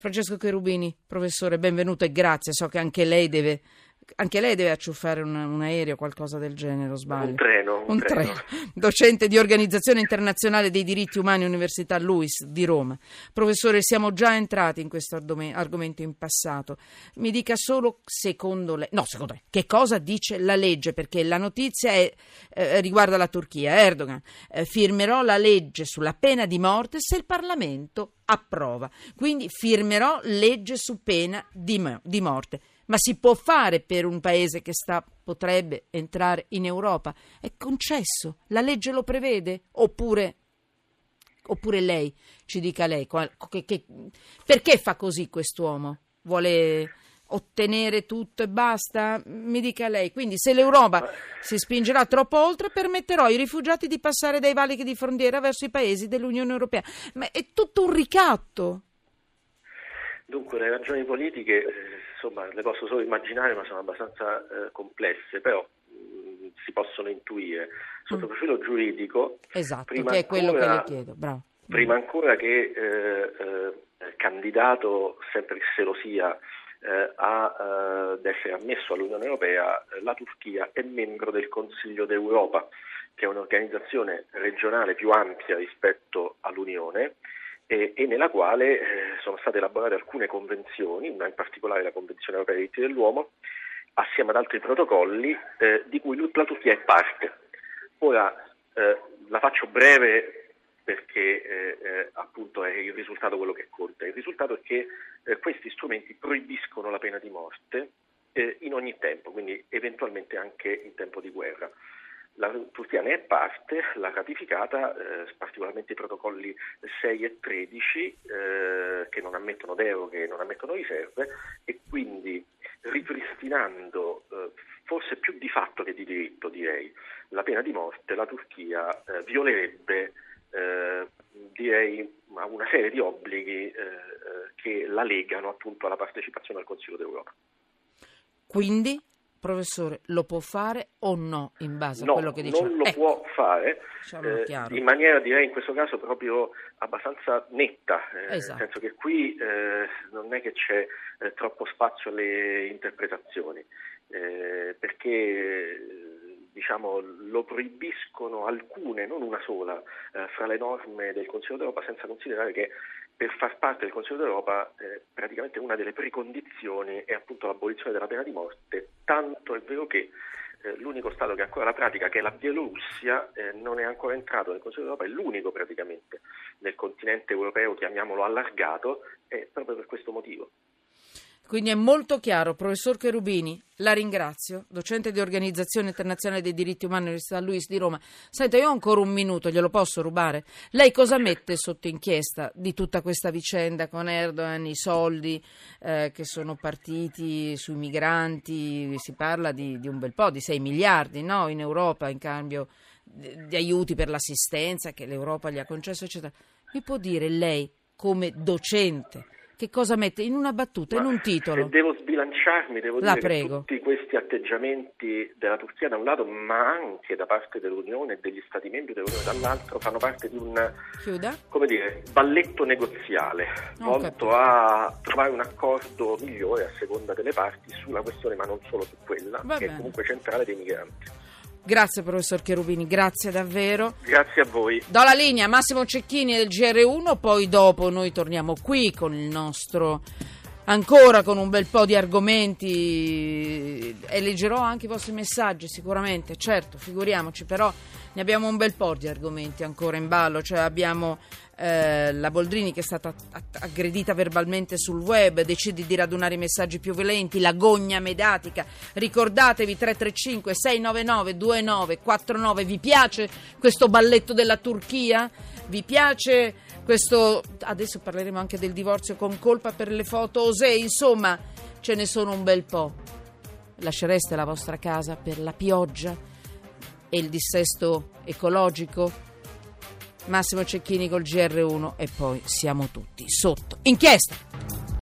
Francesco Cherubini, professore, benvenuto e grazie. So che anche lei deve acciuffare un aereo, qualcosa del genere, o sbaglio? Un treno. Docente di Organizzazione Internazionale dei Diritti Umani, Università LUISS di Roma. Professore, siamo già entrati in questo argomento in passato. Mi dica solo, secondo lei, che cosa dice la legge? Perché la notizia riguarda la Turchia. Erdogan firmerò la legge sulla pena di morte se il Parlamento approva. Quindi firmerò legge su pena di morte. Ma si può fare per un paese che potrebbe entrare in Europa? È concesso? La legge lo prevede? Oppure lei, ci dica lei, perché fa così quest'uomo? Vuole ottenere tutto e basta? Mi dica lei. Quindi se l'Europa si spingerà troppo oltre, permetterò ai rifugiati di passare dai valichi di frontiera verso i paesi dell'Unione Europea. Ma è tutto un ricatto. Dunque, le ragioni politiche, le posso solo immaginare, ma sono abbastanza complesse, però si possono intuire. Sotto profilo giuridico, esatto, che è quello che le chiedo. Bravo. Prima ancora che candidato, sempre che se lo sia, ad essere ammesso all'Unione Europea, la Turchia è membro del Consiglio d'Europa, che è un'organizzazione regionale più ampia rispetto all'Unione, e nella quale sono state elaborate alcune convenzioni, una in particolare la Convenzione Europea dei Diritti dell'Uomo, assieme ad altri protocolli di cui la Turchia è parte. Ora, la faccio breve perché appunto è il risultato quello che conta. Il risultato è che questi strumenti proibiscono la pena di morte in ogni tempo, quindi eventualmente anche in tempo di guerra. La Turchia ne è parte, l'ha ratificata, particolarmente i protocolli 6 e 13 che non ammettono deroghe, non ammettono riserve, e quindi ripristinando forse più di fatto che di diritto, direi, la pena di morte, la Turchia violerebbe una serie di obblighi che la legano appunto alla partecipazione al Consiglio d'Europa. Quindi, professore, lo può fare o no in base a quello che dice? Non lo può fare in maniera, direi in questo caso, proprio abbastanza netta, esatto. Nel senso che qui non è che c'è troppo spazio alle interpretazioni, perché lo proibiscono alcune, non una sola, fra le norme del Consiglio d'Europa, senza considerare che per far parte del Consiglio d'Europa praticamente una delle precondizioni è appunto l'abolizione della pena di morte, tanto è vero che l'unico Stato che ancora la pratica, che è la Bielorussia, non è ancora entrato nel Consiglio d'Europa, è l'unico praticamente nel continente europeo, chiamiamolo allargato, proprio per questo motivo. Quindi è molto chiaro. Professor Cherubini, la ringrazio, docente di Organizzazione Internazionale dei Diritti Umani all'Università LUISS di Roma. Senta, io ho ancora un minuto, glielo posso rubare? Lei cosa mette sotto inchiesta di tutta questa vicenda con Erdogan, i soldi che sono partiti sui migranti? Si parla di un bel po', di 6 miliardi, no? In Europa, in cambio di aiuti per l'assistenza che l'Europa gli ha concesso, eccetera. Mi può dire lei, come docente, che cosa mette in una battuta, in un titolo? Se devo sbilanciarmi, dire che tutti questi atteggiamenti della Turchia da un lato, ma anche da parte dell'Unione e degli Stati membri dell'Unione dall'altro, fanno parte di un balletto negoziale volto a trovare un accordo migliore a seconda delle parti sulla questione, ma non solo su quella, che è comunque centrale, dei migranti. Grazie professor Cherubini, grazie davvero. Grazie a voi. Do la linea a Massimo Cecchini del GR1, poi dopo noi torniamo qui con il nostro, ancora con un bel po' di argomenti, e leggerò anche i vostri messaggi sicuramente, certo, figuriamoci, però ne abbiamo un bel po' di argomenti ancora in ballo, cioè abbiamo la Boldrini che è stata aggredita verbalmente sul web, decide di radunare i messaggi più violenti, la gogna mediatica. Ricordatevi 335 699 2949. Vi piace questo balletto della Turchia? Vi piace questo? Adesso parleremo anche del divorzio con colpa per le foto osè, insomma ce ne sono un bel po'. Lascereste la vostra casa per la pioggia e il dissesto ecologico? Massimo Cecchini col GR1 e poi siamo tutti sotto inchiesta.